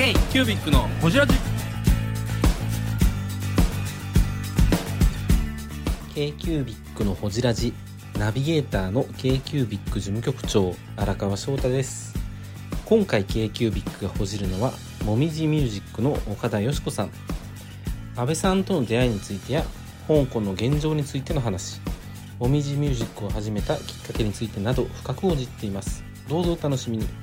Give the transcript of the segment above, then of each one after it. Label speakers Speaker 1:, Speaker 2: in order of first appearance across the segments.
Speaker 1: K キュービックのホジラジ
Speaker 2: k キュービックのほじラジナビゲーターの k キュービック事務局長荒川翔太です。今回 k キュービックがほじるのはもみじミュージックの岡田よし子さん。安倍さんとの出会いについてや香港の現状についての話、もみじミュージックを始めたきっかけについてなど深く報じっています。どうぞお楽しみに。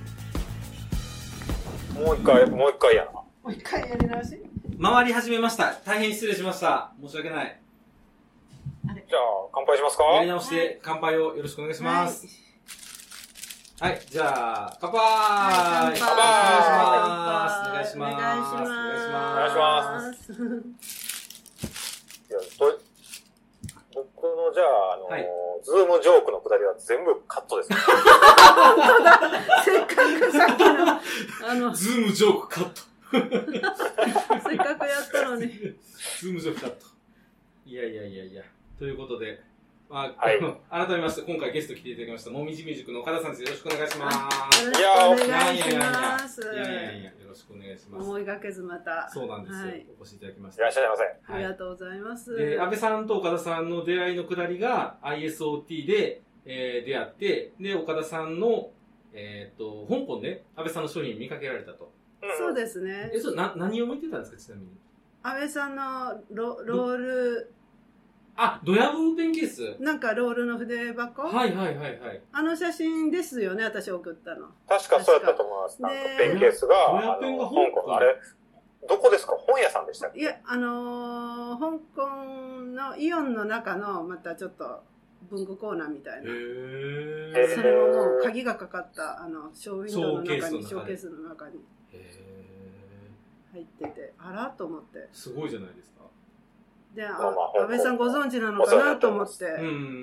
Speaker 3: もう一回やな。
Speaker 4: もう一回やり直し。
Speaker 1: 回り始めました。大変失礼しました。申し訳ない。
Speaker 3: じゃあ乾杯しますか。
Speaker 1: やり直して乾杯をよろしくお願いします。はい、じゃあ乾杯。
Speaker 4: はい、乾杯。
Speaker 1: お願いします。
Speaker 4: お願いします。
Speaker 3: お願いします。いや僕のじゃあ
Speaker 1: はい、
Speaker 3: ズームジョークのくだりは全部カットですね。
Speaker 4: 本当だ。せっかくさっきの
Speaker 1: ズームジョークカット。
Speaker 4: せっかくやったのに。
Speaker 1: ズームジョークカット。いや。ということで、
Speaker 3: はい、
Speaker 1: 改めまして今回ゲスト来ていただきましたもみじミュージックの岡田さんです。よろしくお願いします。
Speaker 4: よろしくお願いします。
Speaker 1: いや、よろしくお願いします。
Speaker 4: 思いがけずまた。
Speaker 1: そうなんですよ、
Speaker 4: はい、
Speaker 1: お越しいただきまし
Speaker 3: た。いらっしゃいませ。
Speaker 4: ありがとうございます。
Speaker 1: で、安倍さんと岡田さんの出会いのくだりが ISOT で、出会って、で、岡田さんの、香港で安倍さんの商品見かけられたと。
Speaker 4: そうですね。
Speaker 1: 何を見てたんですか、ちなみに。
Speaker 4: 安倍さんのロール、
Speaker 1: ドヤブペンケース
Speaker 4: なんかロールの筆箱、
Speaker 1: はい。
Speaker 4: あの写真ですよね、私送ったの。
Speaker 3: 確かそうやったと思います。なんかペンケースが、香港、あれ、どこですか？本屋さんでしたっけ？
Speaker 4: いや、香港のイオンの中の、またちょっと、文具コーナーみたいな。それももう鍵がかかった、ショーウィンドウの中に、ショーケースの中に入ってて、あらと思って。
Speaker 1: すごいじゃないですか。
Speaker 4: で、安倍さんご存知なのかなと思って。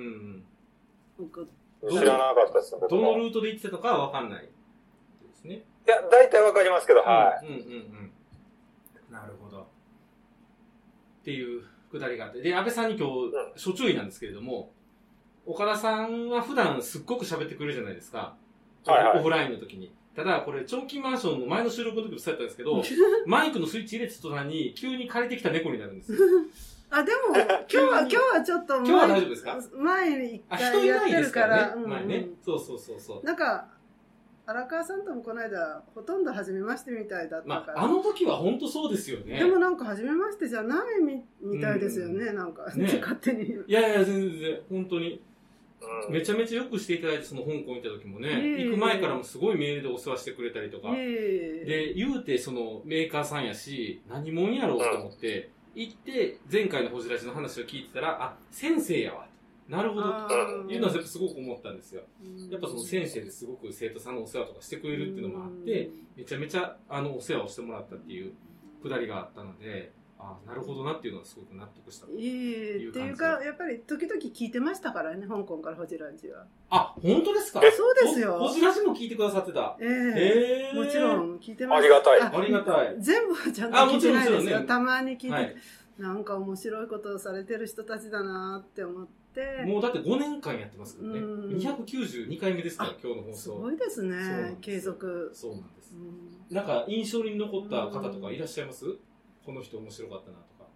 Speaker 3: 知らなかったですね。
Speaker 1: どのルートで行ってたかは分かんないですね。
Speaker 3: いや、大体分かりますけど、はい。
Speaker 1: なるほど。っていうくだりがあって。で、安倍さんに今日、初注意なんですけれども、岡田さんは普段すっごく喋ってくれるじゃないですか。オフラインの時に。ただ、これ、長期マンションの前の収録の時も伝えたんですけど、マイクのスイッチ入れてた途端に、急に枯れてきた猫になるんですよ。
Speaker 4: でも、今日はちょっと
Speaker 1: 今日は大丈夫ですか？
Speaker 4: 前に一回やってるから。
Speaker 1: 前ね。そう。
Speaker 4: なんか、荒川さんともこの間、ほとんど初めましてみたいだったから。
Speaker 1: あの時は本当そうですよね。
Speaker 4: でもなんか初めましてじゃないみたいですよね、なんか。勝手に。
Speaker 1: いや、全然、本当に。めちゃめちゃよくしていただいて、その香港行った時もね、行く前からもすごいメールでお世話してくれたりとか。で、言うてそのメーカーさんやし、何者やろうと思って、行って、前回のホジラジの話を聞いてたら、先生やわ。なるほど。いうのはすごく思ったんですよ。やっぱその先生ですごく生徒さんのお世話とかしてくれるっていうのもあって、めちゃめちゃお世話をしてもらったっていうくだりがあったので、なるほどなっていうのはすごく納得した。って
Speaker 4: いうか、やっぱり時々聞いてましたからね、香港からホジラジは。
Speaker 1: 本当ですか？
Speaker 4: そうですよ。
Speaker 1: ホジラジも聞いてくださってた。
Speaker 4: もちろん聞いてました。
Speaker 3: ありがたい。
Speaker 4: 全部はちゃんと聞いてないですよ。たまに聞いて、なんか面白いことをされてる人たちだなって思って。
Speaker 1: もうだって5年間やってますからね。292回目ですから、今日の放送。
Speaker 4: すごいですね、継続。
Speaker 1: そうなんです。なんか印象に残った方とかいらっしゃいます？この人面白かったなとか。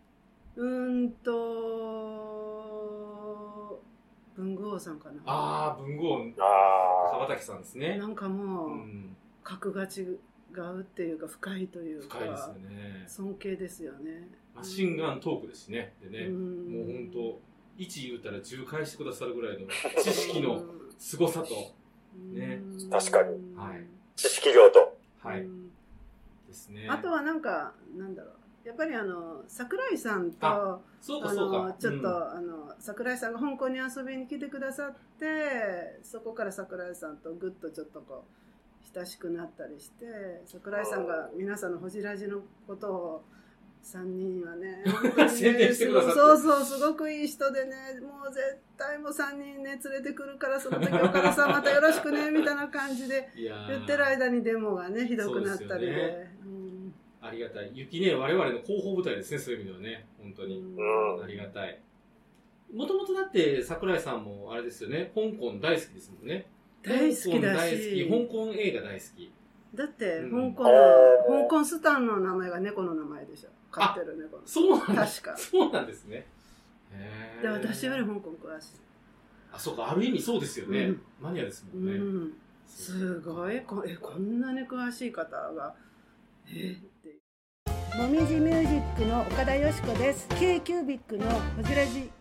Speaker 4: 文具王さんかな。
Speaker 1: 文具王。川崎さんですね。
Speaker 4: なんかもう、格が違うっていうか、深いというか。
Speaker 1: 深いですよね。
Speaker 4: 尊敬ですよね。
Speaker 1: マシンガントークですしね。でね、もう本当1言うたら10返してくださるぐらいの知識の凄さと、ね。
Speaker 3: 確かに。
Speaker 1: はい。
Speaker 3: 知識量と。
Speaker 1: はい。ですね。
Speaker 4: あとはなんか、なんだろう。やっぱり桜井さんと、
Speaker 1: ちょっと、
Speaker 4: 桜井さんが香港に遊びに来てくださって、そこから桜井さんとぐっとちょっとこう、親しくなったりして、桜井さんが皆さんのホジラジのことを、3人はね、
Speaker 1: 宣伝してくださって。
Speaker 4: そう、すごくいい人でね、もう絶対もう3人ね、連れてくるから、その時岡田さんまたよろしくね、みたいな感じで言ってる間にデモがね、ひどくなったりで。
Speaker 1: ありがたい。雪ね、我々の広報部隊ですね、そういう意味ではね。本当に。ありがたい。もともとだって、桜井さんもあれですよね、香港大好きですもんね。
Speaker 4: 大好きだし。
Speaker 1: 香港映画大好き。
Speaker 4: だって香港スタンの名前が猫の名前でしょ。飼ってる猫の。
Speaker 1: そうなんです。
Speaker 4: 確か。
Speaker 1: そうなんですね。
Speaker 4: で、私より香港詳しい。
Speaker 1: あ、そうか、ある意味そうですよね。マニアですもんね。
Speaker 4: すごい、こんなに詳しい方が、もみじミュージックの岡田よし子です。K キュービックのホジラジ。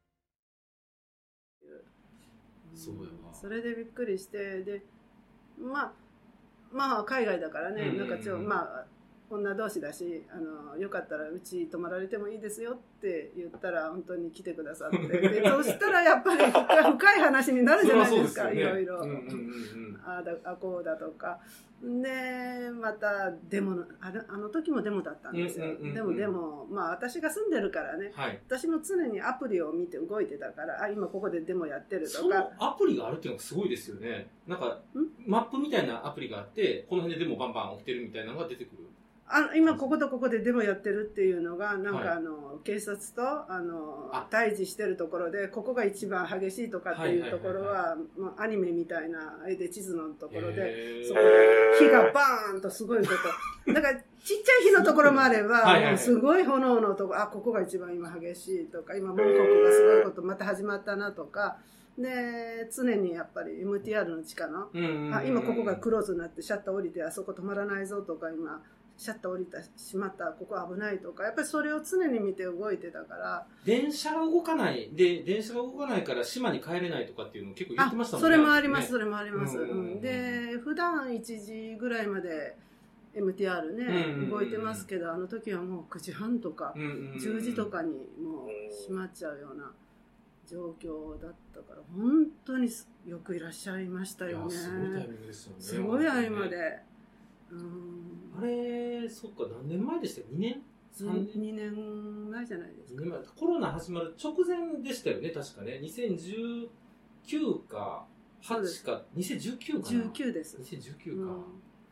Speaker 1: そうやわ。
Speaker 4: それでびっくりして、で、まあ海外だからね、なんか女同士だし、よかったらうち泊まられてもいいですよって言ったら本当に来てくださってでそうしたらやっぱり深い話になるじゃないですか。いろいろあこうだとかでまたデモあの時もデモだったんですよ。でもまあ私が住んでるからね、私も常にアプリを見て動いてたから今ここでデモやってるとか。
Speaker 1: そのアプリがあるっていうのがすごいですよね。なんかマップみたいなアプリがあってこの辺でデモバンバン起きてるみたいなのが出てくる。
Speaker 4: 今こことここでデモやってるっていうのがなんか警察と対峙してるところでここが一番激しいとかっていうところはアニメみたいな絵で地図のところでそこで火がバーンとすごいことだからちっちゃい火のところもあればすごい炎のところここが一番今激しいとか今モンコクがすごいことまた始まったなとかで常にやっぱり MTR の地下の今ここがクローズになってシャッター降りてあそこ止まらないぞとか今シャッター降りたしまったここ危ないとかやっぱりそれを常に見て動いてたから
Speaker 1: 電車が動かないで電車が動かないから島に帰れないとかっていうのを結構言ってましたもんね。
Speaker 4: それもあります、それもあります、で普段1時ぐらいまで MTR ね、動いてますけどあの時はもう9時半とか10時とかにもう閉まっちゃうような状況だったから本当によくいらっしゃいましたよね。
Speaker 1: すごいタイミングですよね。
Speaker 4: すごい合間で
Speaker 1: あれ、そっか、何年前でしたっけ ?2 年
Speaker 4: ?2 年前じゃないですか。
Speaker 1: コロナ始まる直前でしたよね、確かね。2019か、8か、2019かな
Speaker 4: ?19 です。
Speaker 1: 2019か。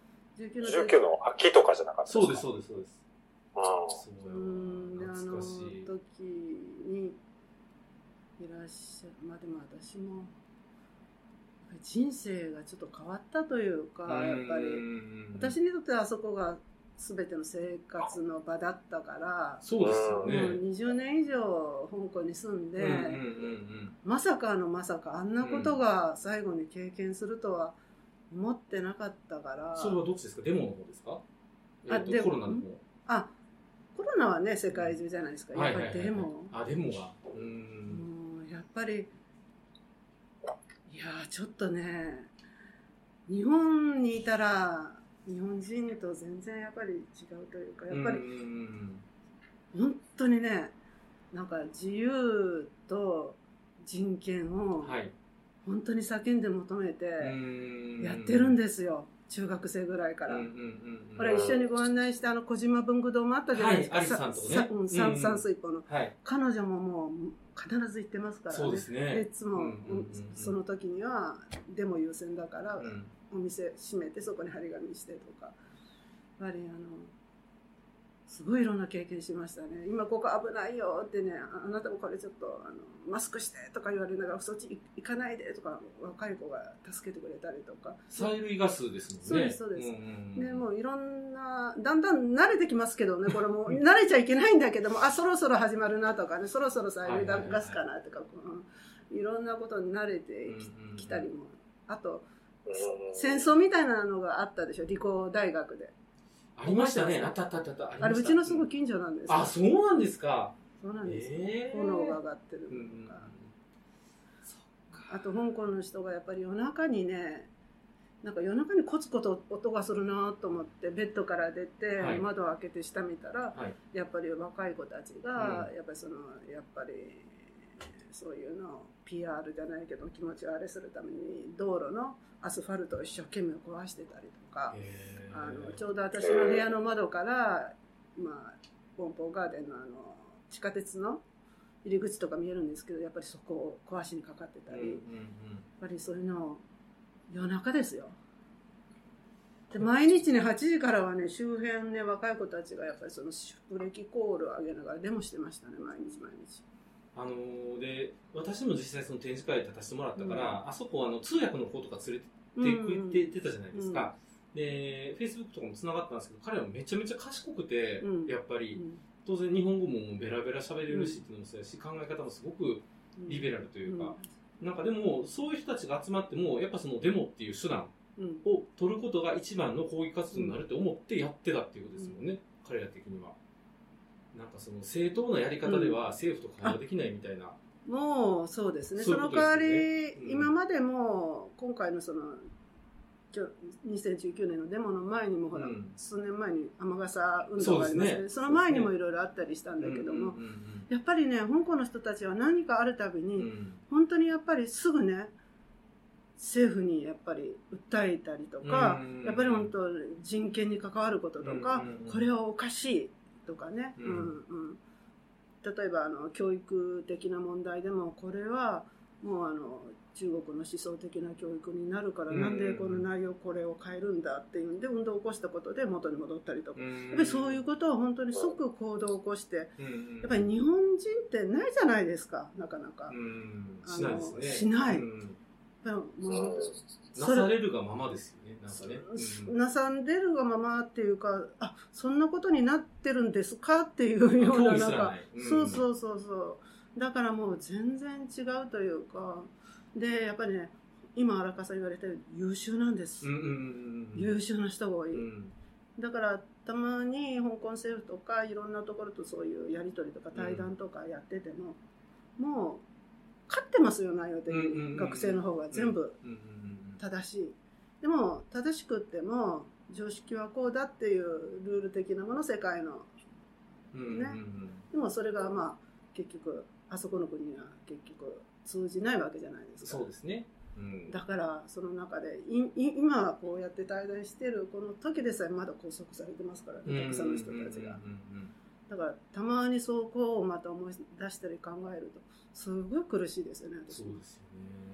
Speaker 3: 19の秋とかじゃなかったですか？
Speaker 1: そうです、そうです、そうです。そうやわ。懐かしい。
Speaker 4: あの時にいらっしゃる。まあでも私も、人生がちょっと変わったというかやっぱり私にとってはあそこが全ての生活の場だったから
Speaker 1: そうですよね。
Speaker 4: 20年以上香港に住んでまさかあんなことが最後に経験するとは思ってなかったから。
Speaker 1: それはどっちですか？デモの方ですか？コロナの方。
Speaker 4: コロナはね世界中じゃないですか。やっぱりデモ
Speaker 1: が
Speaker 4: やっぱりいやちょっとね日本にいたら日本人と全然やっぱり違うというかやっぱり本当にねなんか自由と人権を本当に叫んで求めてやってるんですよ。中学生ぐらいから。これ一緒にご案内した小島文具堂もあったじゃないですか。山水湖の。彼女ももう必ず行ってますからね。
Speaker 1: そうですね。
Speaker 4: いつもその時にはデモ優先だからお店閉めてそこに張り紙してとか。やっぱりすごいいろんな経験しましたね。今ここ危ないよってね、あなたもこれちょっとマスクしてとか言われながらそっち行かないでとか若い子が助けてくれたりとか。
Speaker 1: 催涙ガスですもんね。
Speaker 4: そうです。でもういろんなだんだん慣れてきますけどね、これも慣れちゃいけないんだけどもそろそろ始まるなとかね、そろそろ催涙ガスかなとか、いろんなことに慣れてきたりも、あと戦争みたいなのがあったでしょ、理工大学で。
Speaker 1: ありましたね。あった。
Speaker 4: あれうちのすぐ近所なんです。
Speaker 1: そうなんですか。
Speaker 4: そうなんです。炎が上がってるとか。あと香港の人がやっぱり夜中にね、なんか夜中にコツコツ音がするなと思ってベッドから出て窓を開けて下見たら、やっぱり若い子たちがやっぱりそういうのを PR じゃないけど気持ちをあれするために道路のアスファルトを一生懸命壊してたりとか、ちょうど私の部屋の窓からポンポンガーデンの地下鉄の入り口とか見えるんですけど、やっぱりそこを壊しにかかってたり、やっぱりそういうのを夜中ですよ。で毎日ね8時からはね周辺ね若い子たちがやっぱりそのブレーキコールを上げながらデモしてましたね、毎日。
Speaker 1: で私も実際その展示会立たせてもらったから、あそこ通訳の子とか連れてくれてたじゃないですか。 で、Facebook とかも繋がったんですけど、彼はめちゃめちゃ賢くて、
Speaker 4: うん、
Speaker 1: やっぱり、当然日本語もベラベラ喋れるしっていうのもそうやし、考え方もすごくリベラルというか、なんかでも、そういう人たちが集まっても、やっぱそのデモっていう手段を取ることが一番の抗議活動になると思ってやってたっていうことですもんね、彼ら的には。なんかその正当なやり方では政府と会話できないみたいな。
Speaker 4: もうそうですね。
Speaker 1: そういうことですよね。
Speaker 4: その代わり、今までも今回のその2019年のデモの前にもほら、数年前に雨傘運動がありまして、その前にもいろいろあったりしたんだけども、やっぱりね、香港の人たちは何かあるたびに、本当にやっぱりすぐね、政府にやっぱり訴えたりとか、やっぱり本当人権に関わることとか、これはおかしいとかね、例えば教育的な問題でも、これはもう中国の思想的な教育になるから、なんでこの内容これを変えるんだっていうんで運動を起こしたことで元に戻ったりとか、やっぱりそういうことを本当に即行動を起こして、やっぱり日本人ってないじゃないですか、なかなか。
Speaker 1: しないですね。
Speaker 4: しない。
Speaker 1: なされるがままですよね。なんかね。
Speaker 4: なされるがままっていうか、あ、そんなことになってるんですかっていうような、なんか、そうそうそうそう。だからもう全然違うというか、で、やっぱりね、今荒川さん言われたように優秀なんです。優秀な人が多い。だからたまに香港政府とかいろんなところとそういうやり取りとか対談とかやってても、もう勝ってますよ、内容的に。学生の方が全部正しい。でも正しくっても常識はこうだっていうルール的なもの、世界のね。でもそれがまあ結局あそこの国には結局通じないわけじゃないですか。
Speaker 1: そうですね。
Speaker 4: だからその中で今こうやって対談してるこの時でさえまだ拘束されてますからね、たくさんの人たちが。だからたまにそうこうまた思い出したり考えるとすごい苦しいですよね。
Speaker 1: そうですよね。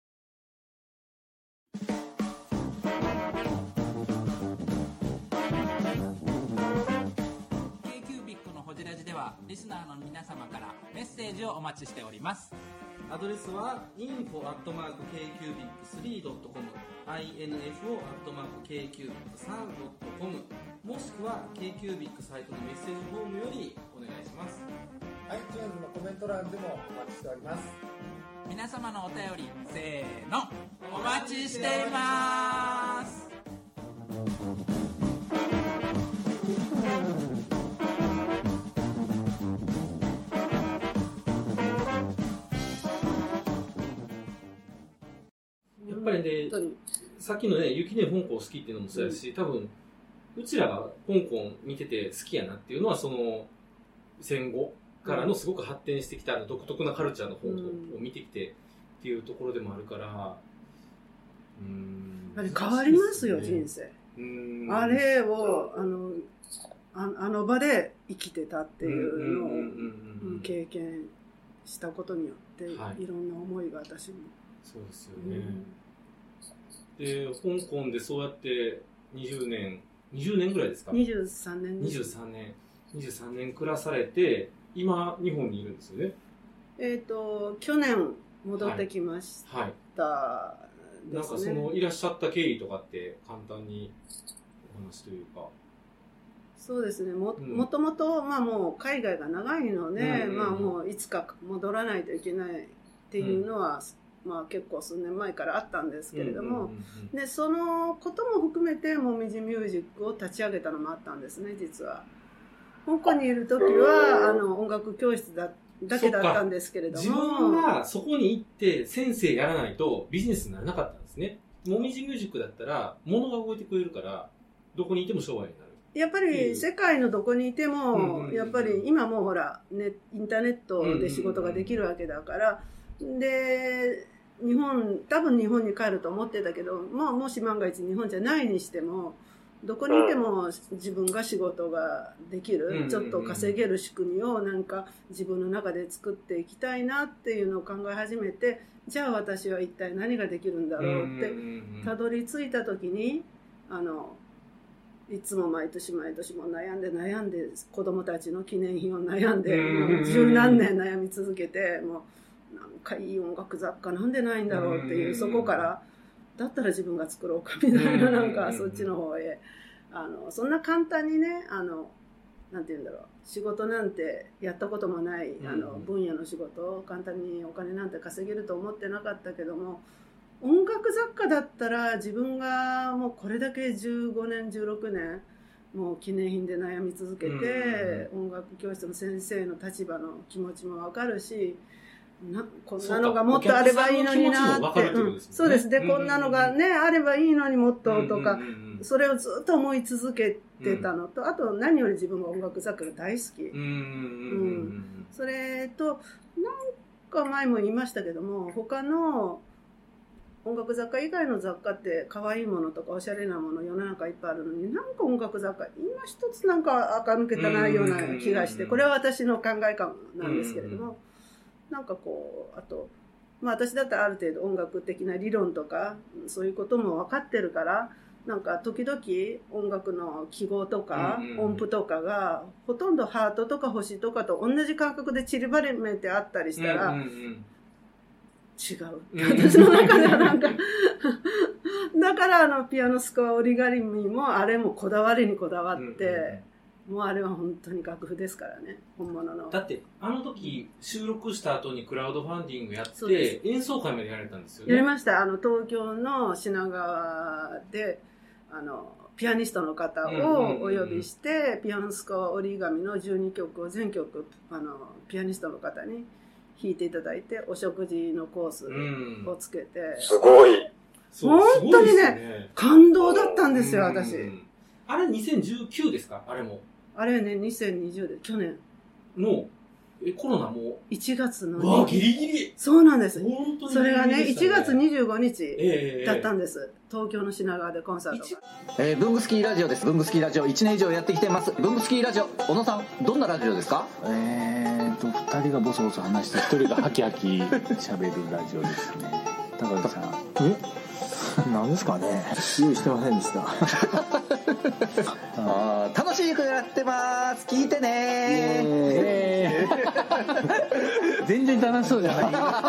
Speaker 2: K-Cubic のホジラジではリスナーの皆様からメッセージをお待ちしております。
Speaker 1: アドレスは info@kcubic3.com info@kcubic3.com もしくは K-Cubic サイトのメッセージフォームよりお願いします。
Speaker 3: iTunes のコメント欄でもお待ちしております。
Speaker 2: 皆様のお便りせーのお待ちしています。
Speaker 1: やっぱりね、さっきのね、雪ね香港好きっていうのもそうやし、多分うちらが香港見てて好きやなっていうのは、その戦後からのすごく発展してきた独特なカルチャーの香港を見てきてっていうところでもあるから、
Speaker 4: あれ変わりますよ、人生。あれをあの場で生きてたっていうのを経験したことによって、いろんな思いが私も。
Speaker 1: そうですよね。で、香港でそうやって20年ぐらいですか
Speaker 4: ？23年です。
Speaker 1: 23年暮らされて、今、日本にいるんですよね。
Speaker 4: 去年戻ってきました。
Speaker 1: なんかそのいらっしゃった経緯とかって簡単にお話というか。
Speaker 4: そうですね。もともと、まあもう海外が長いので、まあもういつか戻らないといけないっていうのは、まあ結構数年前からあったんですけれども、で、そのことも含めて、もみじミュージックを立ち上げたのもあったんですね、実は。香港にいる時は、音楽教室だけだったんですけれども。
Speaker 1: 自分がそこに行って先生やらないとビジネスにならなかったんですね。もみじミュージックだったら、物が動いてくれるから、どこにいても商売になる。
Speaker 4: やっぱり世界のどこにいても、やっぱり今もうほら、インターネットで仕事ができるわけだから、で、多分日本に帰ると思ってたけど、まあもし万が一日本じゃないにしても、どこにいても自分が仕事ができる、ちょっと稼げる仕組みをなんか自分の中で作っていきたいなっていうのを考え始めて、じゃあ私は一体何ができるんだろうってたどり着いた時に、いつも毎年も悩んで子供たちの記念品を悩んで、もう十何年悩み続けて、もうなんかいい音楽雑貨なんでないんだろうっていう、そこからだったら自分が作ろうかみたいな、なんかそっちの方へ、そんな簡単にね、なんて言うんだろう、仕事なんてやったこともない、分野の仕事を簡単にお金なんて稼げると思ってなかったけども、音楽雑貨だったら自分がもうこれだけ15年、16年、もう記念品で悩み続けて、音楽教室の先生の立場の気持ちもわかるし、こんなのがもっとあればいいのになって、そうです。で、こんなのがね、あればいいのにもっととか、それをずっと思い続けてたのと、あと何より自分が音楽雑貨が大好き。それと、なんか前も言いましたけども、他の音楽雑貨以外の雑貨って可愛いものとかおしゃれなもの世の中いっぱいあるのに、なんか音楽雑貨今一つなんか垢抜けてないような気がして、これは私の考え感なんですけれども、なんかこう、あと、まあ私だったらある程度音楽的な理論とかそういうことも分かってるから、なんか時々音楽の記号とか音符とかがほとんどハートとか星とかと同じ感覚で散りばめてあったりしたら、違う。私の中ではなんかだからピアノスコア折り紙もあれもこだわりにこだわって、もうあれは本当に楽譜ですからね、本物の。
Speaker 1: だってあの時収録した後にクラウドファンディングやって演奏会までやられたんですよね。
Speaker 4: やりました。東京の品川でピアニストの方をお呼びして、ピアノスコア折り紙の12曲を全曲ピアニストの方に弾いていただいて、お食事のコースをつけて、
Speaker 3: すごい。
Speaker 4: 本当にね、感動だったんですよ、私。
Speaker 1: あれ2019ですか？あれも。
Speaker 4: あれね、2020で、去年。
Speaker 1: の、コロナも
Speaker 4: 1月の。
Speaker 1: わあ、ギリギリ。
Speaker 4: そうなんです。
Speaker 1: 本当に
Speaker 4: それがね、1月25日だったんです。東京の品川でコンサート
Speaker 5: が。ブングスキーラジオです。ブングスキーラジオ1年以上やってきてます。ブングスキーラジオ、小野さん、どんなラジオですか
Speaker 6: ？2人がボソボソ話して、1人がハキハキ喋るラジオですね。高木さん。何ですかね。用意してませんでした。
Speaker 5: 楽しくやってます。聞いてね。
Speaker 6: 全然楽しそうじゃ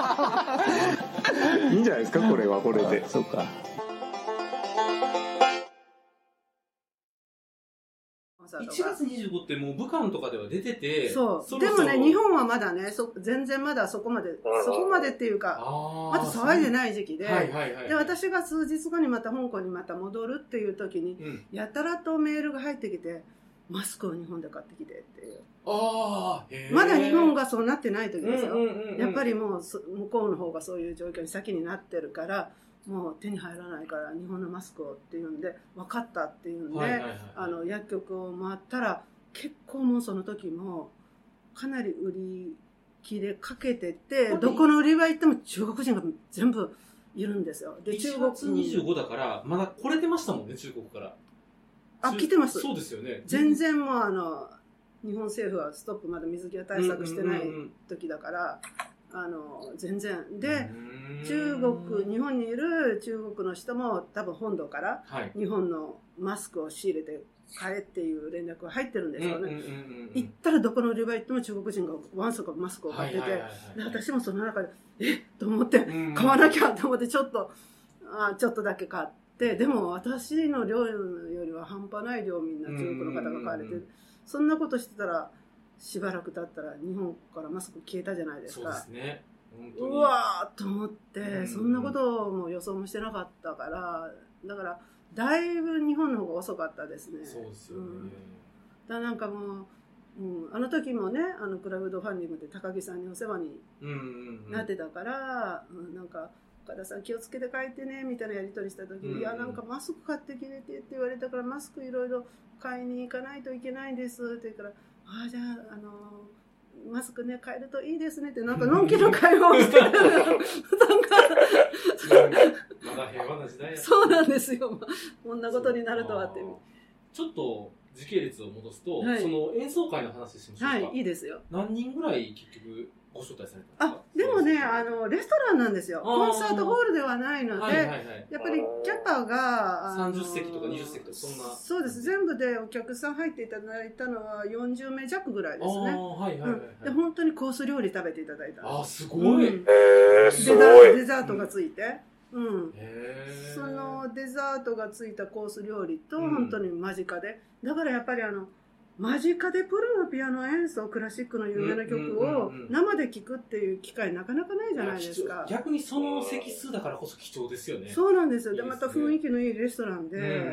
Speaker 6: ない。いいんじゃないですか、これはこれで。そうか。
Speaker 1: 1月25ってもう武漢とかでは出てて、
Speaker 4: そうでもね、日本はまだね、全然まだそこまでっていうか、まだ騒いでない時期で、で私が数日後にまた香港にまた戻るっていう時に、やたらとメールが入ってきて、マスクを日本で買ってきてっていう。まだ日本がそうなってない時ですよ。やっぱりもう向こうの方がそういう状況に先になってるから、もう手に入らないから日本のマスクをっていうんで、分かったっていうんで、薬局を回ったら結構もうその時もかなり売り切れかけてて、どこの売り場行っても中国人が全部いるんですよ。
Speaker 1: で、1月25だからまだ来れてましたもんね、中国から。
Speaker 4: 来てます。
Speaker 1: そうですよね。
Speaker 4: 全然もう日本政府はストップまだ水際対策してない時だから、全然で、日本にいる中国の人も多分本土から日本のマスクを仕入れて買えっていう連絡が入ってるんですよね。行ったらどこの売り場行っても中国人がワンサカマスクを買ってて、私もその中でと思って買わなきゃと思ってちょっとだけ買って、でも私の量よりは半端ない量みんな中国の方が買われて、そんなことしてたらしばらく経ったら日本からマスク消えたじゃないですか。
Speaker 1: そうですね。
Speaker 4: うわーと思って、そんなことも予想もしてなかったから、だからだいぶ日本の方が遅かったですね。
Speaker 1: そうですよね。
Speaker 4: だからなんかもう、あの時もね、クラウドファンディングで高木さんにお世話になってたから、なんか岡田さん気をつけて書いてねみたいなやり取りした時に、いやなんかマスク買ってきてって言われたから、マスクいろいろ買いに行かないといけないですって言うから、じゃあマスクね買えるといいですねって、なんかのんきな会話をしてなんか
Speaker 1: まだ平和な時代や。
Speaker 4: そうなんですよ。こんなことになるとはって。
Speaker 1: ちょっと時系列を戻すと、その演奏会の話しましょうか。
Speaker 4: はい、いいですよ。
Speaker 1: 何人ぐらい結局ご招待されたんですか？
Speaker 4: でもね、レストランなんですよ。コンサートホールではないので、やっぱりキャパが
Speaker 1: 30席とか20席とかそんな。
Speaker 4: そうです。全部でお客さん入っていただいたのは40名弱ぐらいですね。で、本当にコース料理食べていただいた。
Speaker 1: すごい。
Speaker 4: デザートがついて。 そのデザートがついたコース料理と本当に間近で、だからやっぱり間近でプロのピアノ演奏、クラシックの有名な曲を生で聴くっていう機会なかなかないじゃないですか。
Speaker 1: 逆にその席数だからこそ貴重ですよね。
Speaker 4: そうなんですよ。でまた雰囲気のいいレストランで。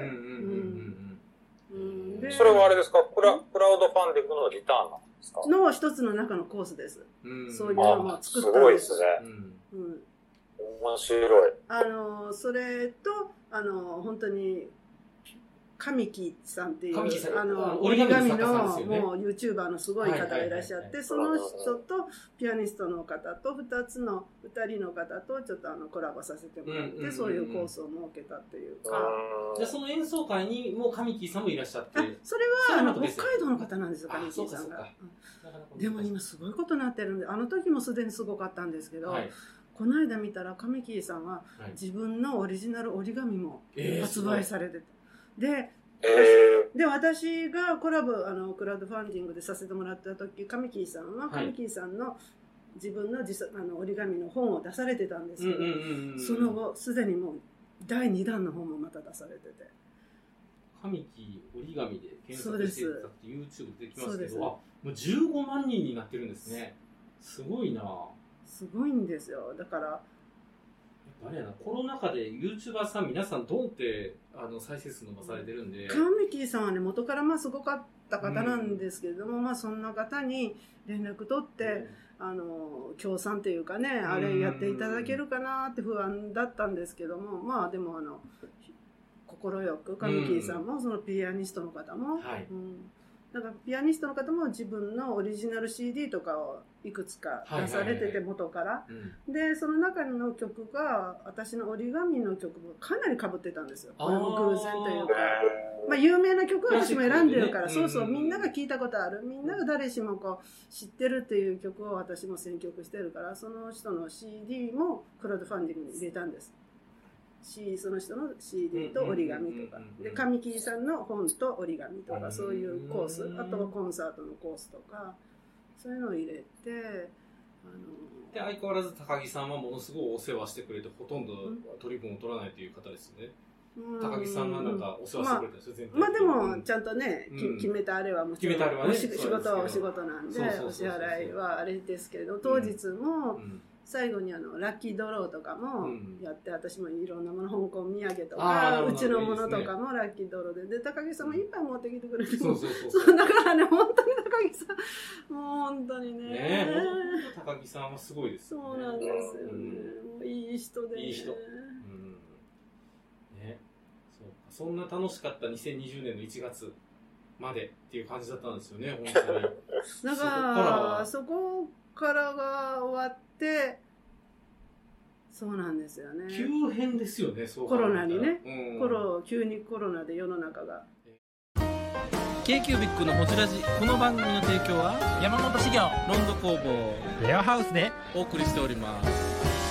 Speaker 3: それはあれですか、クラウドファンディングのリターンなんですか？
Speaker 4: の一つの中のコースです。そういうのも作ったんです。
Speaker 3: すごいですね。面白い。
Speaker 4: それと本当に神木さんっていう折り紙のもう YouTuber のすごい方がいらっしゃって、その人とピアニストの方と2人の方とちょっとコラボさせてもらって、そういうコースを設けたっていうか。
Speaker 1: じゃあその演奏会にもう神木さんもいらっしゃって。
Speaker 4: それは北海道の方なんですよ、神木さんが。でも今すごいことになってるんで、あの時もすでにすごかったんですけど、この間見たら神木さんは自分のオリジナル折り紙も発売されてて。で、私がコラボクラウドファンディングでさせてもらった時、神木さんは神木さんの自分の折り紙の本を出されてたんですけど、その後すでにもう第2弾の本もまた出されてて、
Speaker 1: 神木折り紙で検索していただくと YouTube でできますけど、もう15万人になってるんですね。すごいな。
Speaker 4: すごいんですよ。だから
Speaker 1: あれやな、コロナ禍で YouTuber さん皆さんドンって再生数伸ばされてるんで、
Speaker 4: 神木さんはね、元からすごかった方なんですけれども、そんな方に連絡取って、協賛っていうかね、あれやっていただけるかなって不安だったんですけども、でも快く神木さんもそのピアニストの方も、だからピアニストの方も自分のオリジナル CD とかをいくつか出されてて、元から、でその中の曲が私の折り紙の曲がかなり被ってたんですよ。これも偶然というか、有名な曲を私も選んでるから、みんなが聞いたことある、みんなが誰しも知ってるっていう曲を私も選曲してるから、その人の CD もクラウドファンディングに入れたんです。その人の CD と折り紙とかで、神木さんの本と折り紙とか、そういうコース、あとはコンサートのコースとか、そういうのを入れて、
Speaker 1: で相変わらず高木さんはものすごいお世話してくれて、ほとんど取り分を取らないという方ですね。高木さんがなんかお世話してくれたんですよ、全然。
Speaker 4: でもちゃんとね、決めたあれはもちろんお仕事はお仕事なんで、お支払いはあれですけれど、当日も最後にラッキードローとかもやって、私もいろんなもの、香港土産とかうちのものとかもラッキードローで、高木さんもいっぱい持ってきてくれて、だからね、本当に高木さん、もう本当にね、
Speaker 1: 高木さんはすごいですよね。
Speaker 4: そうなんですよね。もういい人で、
Speaker 1: いい人。そんな楽しかった2020年の1月までっていう感じだったんですよね、本当に。
Speaker 4: だからそこからが終わって、そうなんですよね。
Speaker 1: 急変ですよね、そう
Speaker 4: コロナにね、急にコロナで世の中が。
Speaker 2: K-Cubic のホジラジ、この番組の提供は
Speaker 7: 山本資源
Speaker 2: ロンド工房
Speaker 7: レアハウスで
Speaker 2: お送りしております。